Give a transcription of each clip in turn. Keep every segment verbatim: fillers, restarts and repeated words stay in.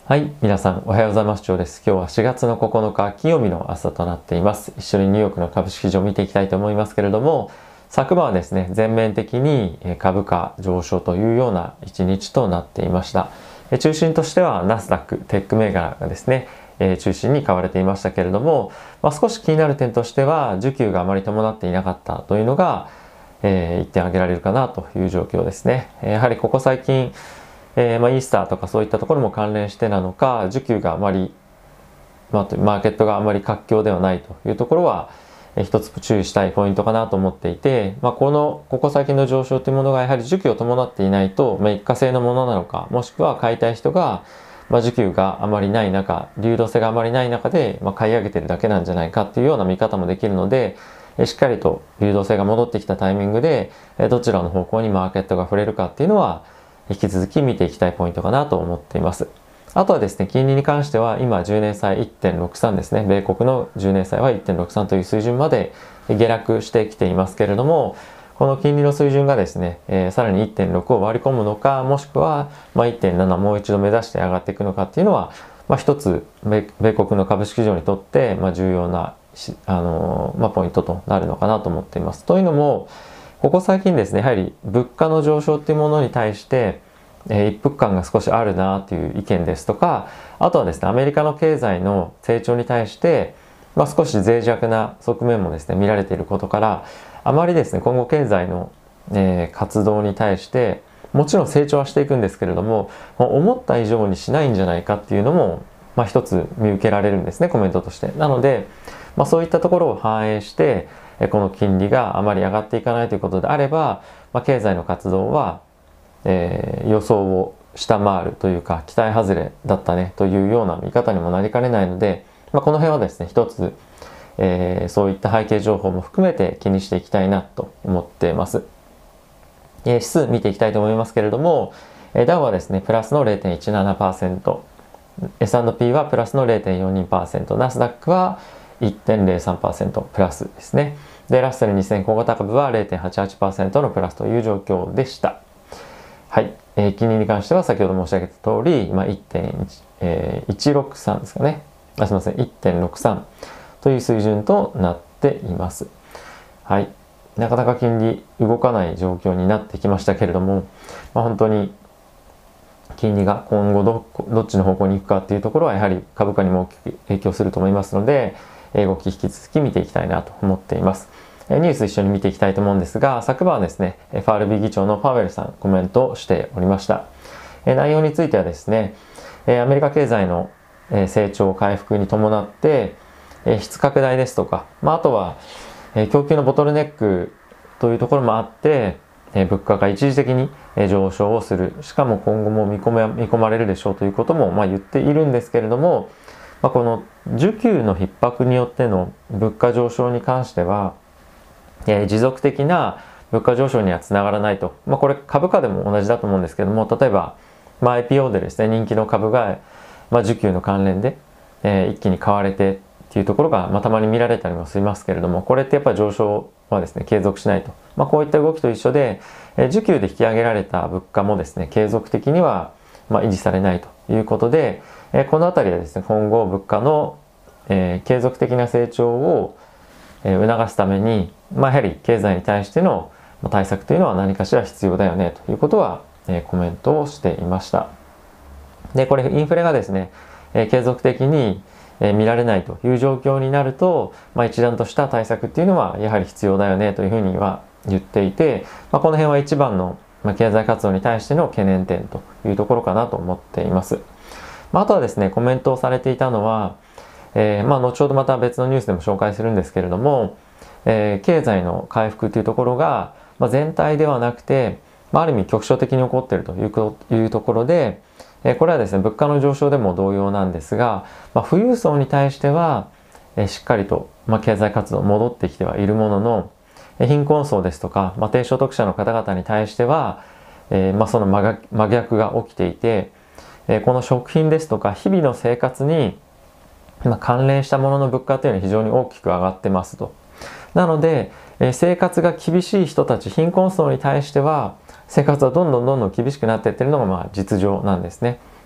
はい、皆さんおはようございます。長です。今日はしがつのここのか金曜日の朝となっています。一緒にニューヨークの株式市場を見ていきたいと思いますけれども、昨晩はですね、全面的に株価上昇というような一日となっていました。中心としてはナスダック、テック銘柄がですね、中心に買われていましたけれども、まあ、少し気になる点としては、需給があまり伴っていなかったというのが、えー、一点挙げられるかなという状況ですね。やはりここ最近、えーまあ、イースターとかそういったところも関連してなのか、需給があまり、まあ、マーケットがあまり活況ではないというところは、えー、一つ注意したいポイントかなと思っていて、まあ、このここ最近の上昇というものがやはり需給を伴っていないと、まあ、一過性のものなのか、もしくは買いたい人が、まあ、需給があまりない中、流動性があまりない中で、まあ、買い上げてるだけなんじゃないかっていうような見方もできるので、えー、しっかりと流動性が戻ってきたタイミングで、えー、どちらの方向にマーケットが触れるかっていうのは、引き続き見ていきたいポイントかなと思っています。あとはですね、金利に関しては今じゅうねん債 いってんろくさん ですね。米国のじゅうねん債は いってんろくさん という水準まで下落してきていますけれども、この金利の水準がですね、えー、さらに いってんろく を割り込むのか、もしくは、まあ、いってんなな もう一度目指して上がっていくのかっていうのは、まあ、一つ米、米国の株式市場にとって、まあ、重要な、あのーまあ、ポイントとなるのかなと思っています。というのも、ここ最近ですね、やはり物価の上昇っていうものに対して、えー、一服感が少しあるなという意見ですとか、あとはですね、アメリカの経済の成長に対して、まあ、少し脆弱な側面もですね、見られていることから、あまりですね、今後経済の、えー、活動に対して、もちろん成長はしていくんですけれども、思った以上にしないんじゃないかっていうのも、まあ、一つ見受けられるんですね、コメントとして。なので、まあ、そういったところを反映して、この金利があまり上がっていかないということであれば、まあ、経済の活動は、えー、予想を下回るというか期待外れだったねというような見方にもなりかねないので、まあ、この辺はですね一つ、えー、そういった背景情報も含めて気にしていきたいなと思っています。えー、指数見ていきたいと思いますけれども、えー、ダウはですねプラスの れいてんいちななパーセント、エスアンドピー はプラスの れいてんよんにパーセント、ナスダックは いってんぜろさんパーセント プラスですね。で、ラッセルにせん小型株は れいてんはちはちパーセント のプラスという状況でした。はい。えー、金利に関しては先ほど申し上げた通り、今 いってんいちろくさん ですかね。あ、すみません。いってんろくさん という水準となっています。はい。なかなか金利動かない状況になってきましたけれども、まあ、本当に金利が今後 ど, どっちの方向に行くかっていうところはやはり株価にも大きく影響すると思いますので、動き引き続き見ていきたいなと思っています。ニュース一緒に見ていきたいと思うんですが、昨晩はですね、エフアールビー 議長のパウエルさんコメントをしておりました。内容についてはですね、アメリカ経済の成長回復に伴って質拡大ですとか、まあ、あとは供給のボトルネックというところもあって物価が一時的に上昇をする、しかも今後も見込め見込まれるでしょうということもまあ言っているんですけれども、まあ、この需給の逼迫によっての物価上昇に関しては、えー、持続的な物価上昇にはつながらないと。まあ、これ株価でも同じだと思うんですけども、例えば、まあ、アイピーオー でですね、人気の株が、まあ、需給の関連で、えー、一気に買われてっていうところが、まあ、たまに見られたりもしますけれども、これってやっぱり上昇はですね、継続しないと。まあ、こういった動きと一緒で、えー、需給で引き上げられた物価もですね、継続的には、まあ、維持されないということで、えー、このあたりはですね、今後物価の、えー、継続的な成長を促すために、まあ、やはり経済に対しての対策というのは何かしら必要だよねということは、えー、コメントをしていました。で、これインフレがですね、えー、継続的に、えー、見られないという状況になると、まあ、一段とした対策っていうのはやはり必要だよねというふうには言っていて、まあ、この辺は一番の、まあ、経済活動に対しての懸念点というところかなと思っています。まあ、あとはですね、コメントをされていたのは、えー、まあ後ほどまた別のニュースでも紹介するんですけれども、えー、経済の回復というところが、まあ、全体ではなくて、まあ、ある意味局所的に起こっているというこ、いうところで、えー、これはですね物価の上昇でも同様なんですが、まあ、富裕層に対しては、えー、しっかりと、まあ、経済活動戻ってきてはいるものの、えー、貧困層ですとか、まあ、低所得者の方々に対しては、えーまあ、その真逆が起きていて、えー、この食品ですとか日々の生活に関連したものの物価というのは非常に大きく上がってますと。なので、生活が厳しい人たち、貧困層に対しては、生活はどんどんどんどん厳しくなっていってるのがまあ実情なんですね。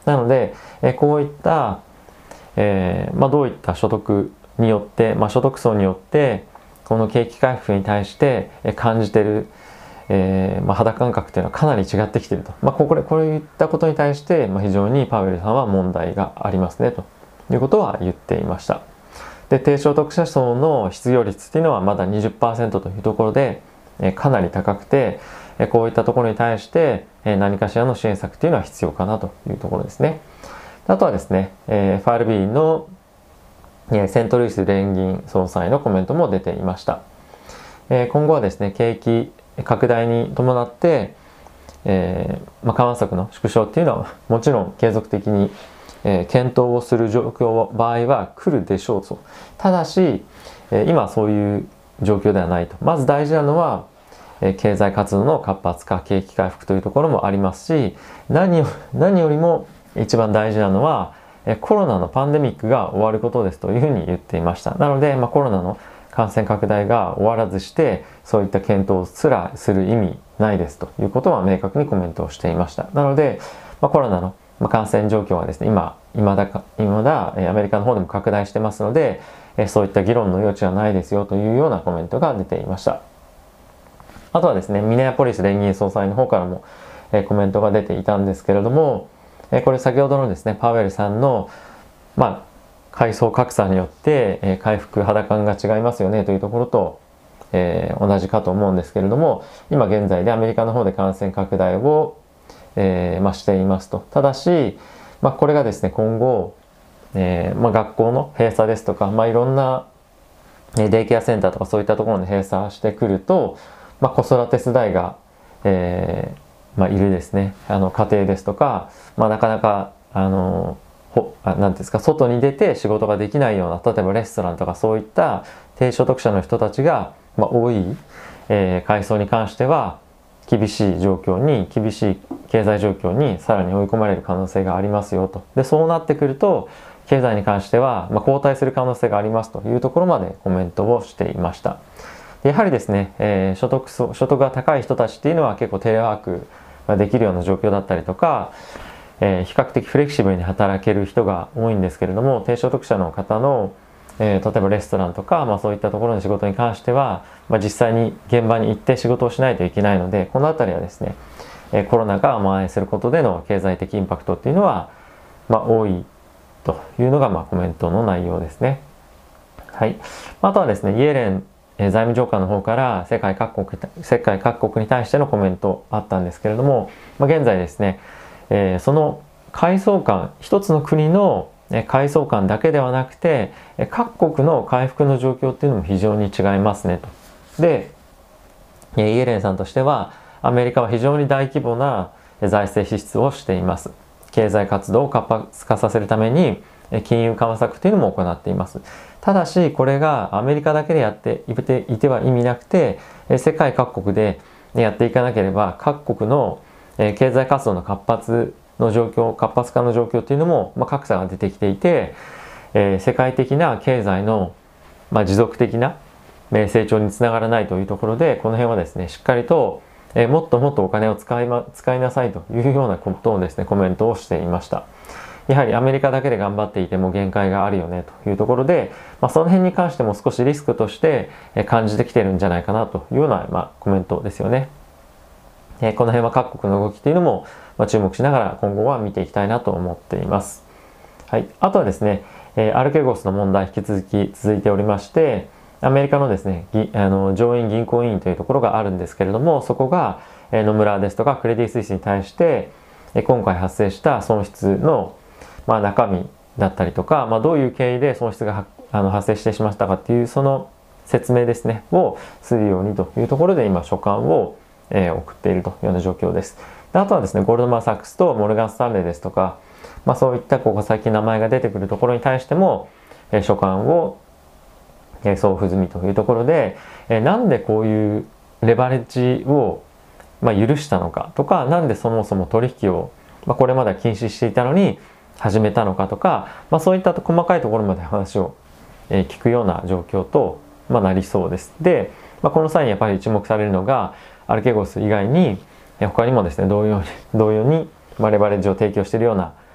なので、えこういった、えーまあ、どういった所得によって、まあ、所得層によってこの景気回復に対して感じている、えーまあ、肌感覚というのはかなり違ってきていると、まあ、これこういったことに対して、まあ、非常にパウエルさんは問題がありますねということは言っていました。で、低所得者層の失業率っていうのはまだ にじゅっパーセント というところで、えー、かなり高くて、えー、こういったところに対して、えー、何かしらの支援策っていうのは必要かなというところですね。あとはですね、えー、エフアールビー の、えー、セントルイス連銀総裁のコメントも出ていました。えー、今後はですね、景気拡大に伴って、えーまあ、緩和策の縮小っていうのはもちろん継続的に、えー、検討をする状況場合は来るでしょうと。ただし、えー、今はそういう状況ではないと。まず大事なのは、えー、経済活動の活発化、景気回復というところもありますし、何よ、何よりも一番大事なのは、えー、コロナのパンデミックが終わることですというふうに言っていました。なので、まあ、コロナの感染拡大が終わらずしてそういった検討すらする意味ないですということは明確にコメントをしていました。なので、まあ、コロナの感染状況はですね今未だか未だアメリカの方でも拡大してますのでそういった議論の余地はないですよというようなコメントが出ていました。あとはですねミネアポリス連銀総裁の方からもコメントが出ていたんですけれども、これ先ほどのですねパウエルさんのまあ階層格差によって、えー、回復肌感が違いますよねというところと、えー、同じかと思うんですけれども、今現在でアメリカの方で感染拡大を、えーまあ、していますと。ただし、まあ、これがですね今後、えーまあ、学校の閉鎖ですとか、まあ、いろんなデイケアセンターとかそういったところの閉鎖してくると、まあ、子育て世代が、えーまあ、いるですねあの家庭ですとか、まあ、なかなかあの何ていうんですか外に出て仕事ができないような例えばレストランとかそういった低所得者の人たちが、まあ、多い、えー、階層に関しては厳しい状況に厳しい経済状況にさらに追い込まれる可能性がありますよと。でそうなってくると経済に関しては、まあ、後退する可能性がありますというところまでコメントをしていました。でやはりですね、えー、所得所得が高い人たちっていうのは結構テレワークができるような状況だったりとか、えー、比較的フレキシブルに働ける人が多いんですけれども、低所得者の方の、えー、例えばレストランとか、まあ、そういったところの仕事に関しては、まあ、実際に現場に行って仕事をしないといけないので、このあたりはですね、えー、コロナが蔓延することでの経済的インパクトっていうのは、まあ、多いというのが、まあ、コメントの内容ですね。はい。あとはですね、イエレン財務長官の方から世界各国、世界各国に対してのコメントあったんですけれども、まあ、現在ですね、えー、その階層間、一つの国の階層間だけではなくて、各国の回復の状況っていうのも非常に違いますねと。で、イエレンさんとしては、アメリカは非常に大規模な財政支出をしています。経済活動を活発化させるために、金融緩和策というのも行っています。ただし、これがアメリカだけでやっていて、いては意味なくて、世界各国でやっていかなければ、各国の経済活動の活発の状況、活発化の状況というのも、まあ、格差が出てきていて、えー、世界的な経済の、まあ、持続的な成長につながらないというところで、この辺はですね、しっかりと、えー、もっともっとお金を使いま、使いなさいというようなことをですね、コメントをしていました。やはりアメリカだけで頑張っていても限界があるよねというところで、まあ、その辺に関しても少しリスクとして感じてきてるんじゃないかなというような、まあ、コメントですよね。えー、この辺は各国の動きというのも、まあ、注目しながら今後は見ていきたいなと思っています。はい。あとはですね、えー、アルケゴスの問題引き続き続いておりまして、アメリカのですね、あの上院銀行委員というところがあるんですけれども、そこが、えー、野村ですとかクレディ・スイスに対して、えー、今回発生した損失の、まあ、中身だったりとか、まあ、どういう経緯で損失があの発生してしまったかっていうその説明ですね、をするようにというところで今書簡を、えー、送っているというような状況です。であとはですね、ゴールドマン・サックスとモルガン・スタンレーですとか、まあ、そういったここ最近名前が出てくるところに対しても、えー、書簡を、えー、送付済みというところで、えー、なんでこういうレバレッジを、まあ、許したのかとか、なんでそもそも取引を、まあ、これまでは禁止していたのに始めたのかとか、まあ、そういった細かいところまで話を、えー、聞くような状況と、まあ、なりそうです。で、まあ、この際にやっぱり注目されるのが、アルケゴス以外に他にもですね同様に同様にレバレッジを提供しているような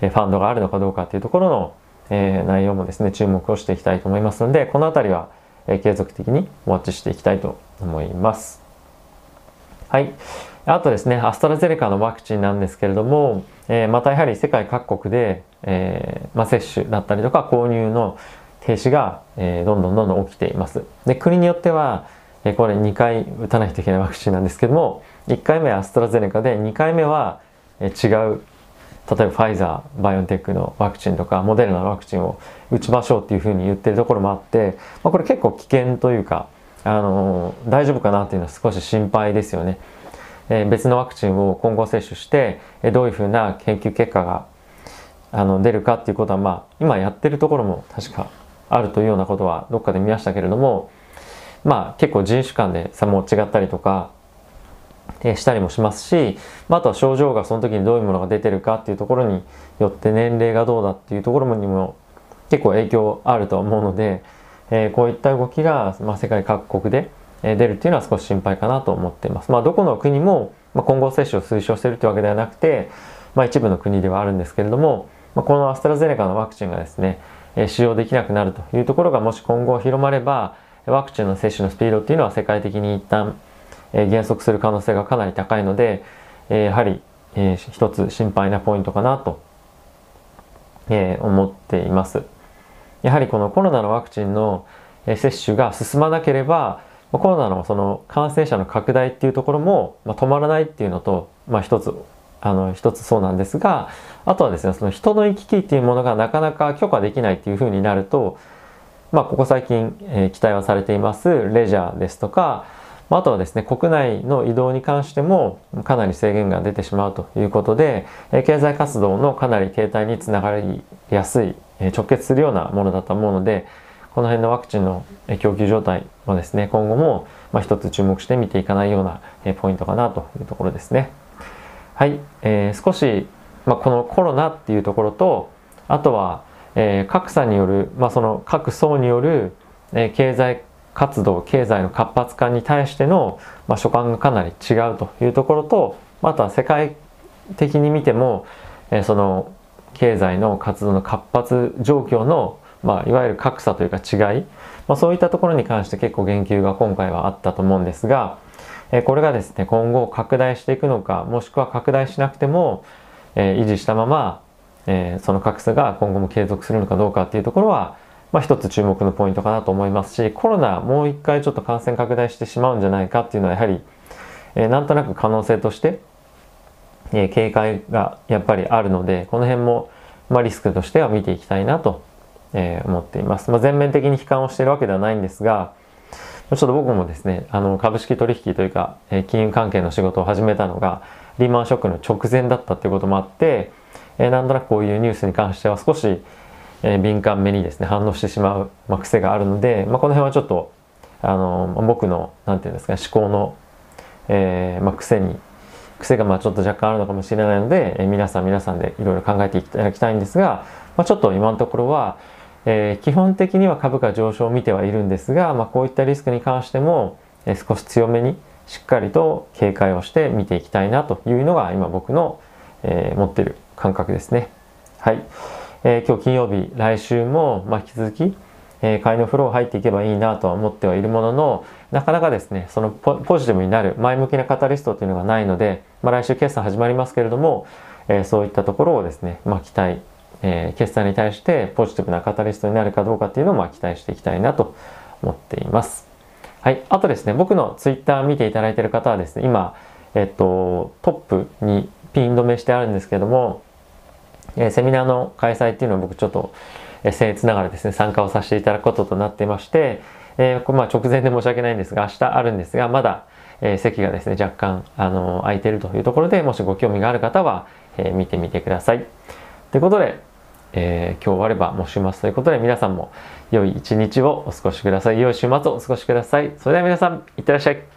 ファンドがあるのかどうかっていうところの、えー、内容もですね、注目をしていきたいと思いますので、このあたりは、えー、継続的にウォッチしていきたいと思います。はい。あとですね、アストラゼネカのワクチンなんですけれども、えー、またやはり世界各国で、えーまあ、接種だったりとか購入の停止が、えー、どんどんどんどん起きています。で、国によっては、えー、これにかい打たないといけないワクチンなんですけども、いっかいめはアストラゼネカで、にかいめは、えー、違う、例えばファイザー、バイオンテックのワクチンとか、モデルナのワクチンを打ちましょうっていうふうに言ってるところもあって、まあ、これ結構危険というか、あのー、大丈夫かなっていうのは少し心配ですよね。えー、別のワクチンを今後接種して、えー、どういうふうな研究結果があの出るかっていうことは、まあ、今やってるところも確かあるというようなことはどっかで見ましたけれども、まあ、結構人種間で差も違ったりとか、したりもしますし、あとは症状がその時にどういうものが出てるかっていうところによって年齢がどうだっていうところにも結構影響あると思うので、えー、こういった動きが、まあ、世界各国で出るっていうのは少し心配かなと思っています。まあ、どこの国も、まあ、混合接種を推奨しているというわけではなくて、まあ、一部の国ではあるんですけれども、まあ、このアストラゼネカのワクチンがですね、使用できなくなるというところがもし今後広まれば、ワクチンの接種のスピードっていうのは世界的に一旦減速する可能性がかなり高いので、やはり一つ心配なポイントかなと思っています。やはりこのコロナのワクチンの接種が進まなければ、コロナのその感染者の拡大っていうところも止まらないっていうのと、まあ一つ、あの一つそうなんですが、あとはですね、その人の行き来っていうものがなかなか許可できないっていうふうになると、まあここ最近、えー、期待はされていますレジャーですとか、あとはですね、国内の移動に関してもかなり制限が出てしまうということで、経済活動のかなり停滞につながりやすい、直結するようなものだと思うので、この辺のワクチンの供給状態はですね、今後もまあ一つ注目して見ていかないようなポイントかなというところですね。はい、えー、少し、まあ、このコロナっていうところと、あとは、えー、格差による、まあ、その各層による、えー、経済活動、経済の活発化に対しての、まあ、所感がかなり違うというところと、あとは世界的に見ても、えー、その経済の活動の活発状況の、まあ、いわゆる格差というか違い、まあ、そういったところに関して結構言及が今回はあったと思うんですが、えー、これがですね、今後拡大していくのか、もしくは拡大しなくても、えー、維持したまま、えー、その格差が今後も継続するのかどうかっていうところは、まあ、一つ注目のポイントかなと思いますし、コロナもう一回ちょっと感染拡大してしまうんじゃないかっていうのはやはり、えー、なんとなく可能性として、えー、警戒がやっぱりあるので、この辺も、まあ、リスクとしては見ていきたいなと、えー、思っています。まあ、全面的に悲観をしているわけではないんですが、ちょっと僕もですね、あの株式取引というか、えー、金融関係の仕事を始めたのがリーマンショックの直前だったっていうこともあって、えー、なんとなくこういうニュースに関しては少しえー、敏感めにですね反応してしまう、まあ、癖があるので、まあ、この辺はちょっとあの僕のなんていうんですかね、思考の、えーまあ、癖に癖がまあちょっと若干あるのかもしれないので、えー、皆さん皆さんでいろいろ考えていただきたいんですが、まあ、ちょっと今のところは、えー、基本的には株価上昇を見てはいるんですが、まあ、こういったリスクに関しても、えー、少し強めにしっかりと警戒をして見ていきたいなというのが今僕の、えー、持っている感覚ですね。はい。えー、今日金曜日、来週も、まあ、引き続き、えー、買いのフロー入っていけばいいなとは思ってはいるものの、なかなかですね、その ポ, ポジティブになる前向きなカタリストというのがないので、まあ、来週決算始まりますけれども、えー、そういったところをですね、まあ、期待、えー、決算に対してポジティブなカタリストになるかどうかっていうのをまあ期待していきたいなと思っています。はい。あとですね、僕のツイッター見ていただいている方はですね、今、えっと、トップにピン止めしてあるんですけども、えー、セミナーの開催っていうのを僕ちょっと、えー、僭越ながらですね参加をさせていただくこととなっていまして、えー、これまあ直前で申し訳ないんですが明日あるんですがまだ、えー、席がですね若干、あのー、空いているというところでもしご興味がある方は、えー、見てみてください。ということで、えー、今日終わればもう週末ということで皆さんも良い一日をお過ごしください。良い週末をお過ごしください。それでは皆さんいってらっしゃい。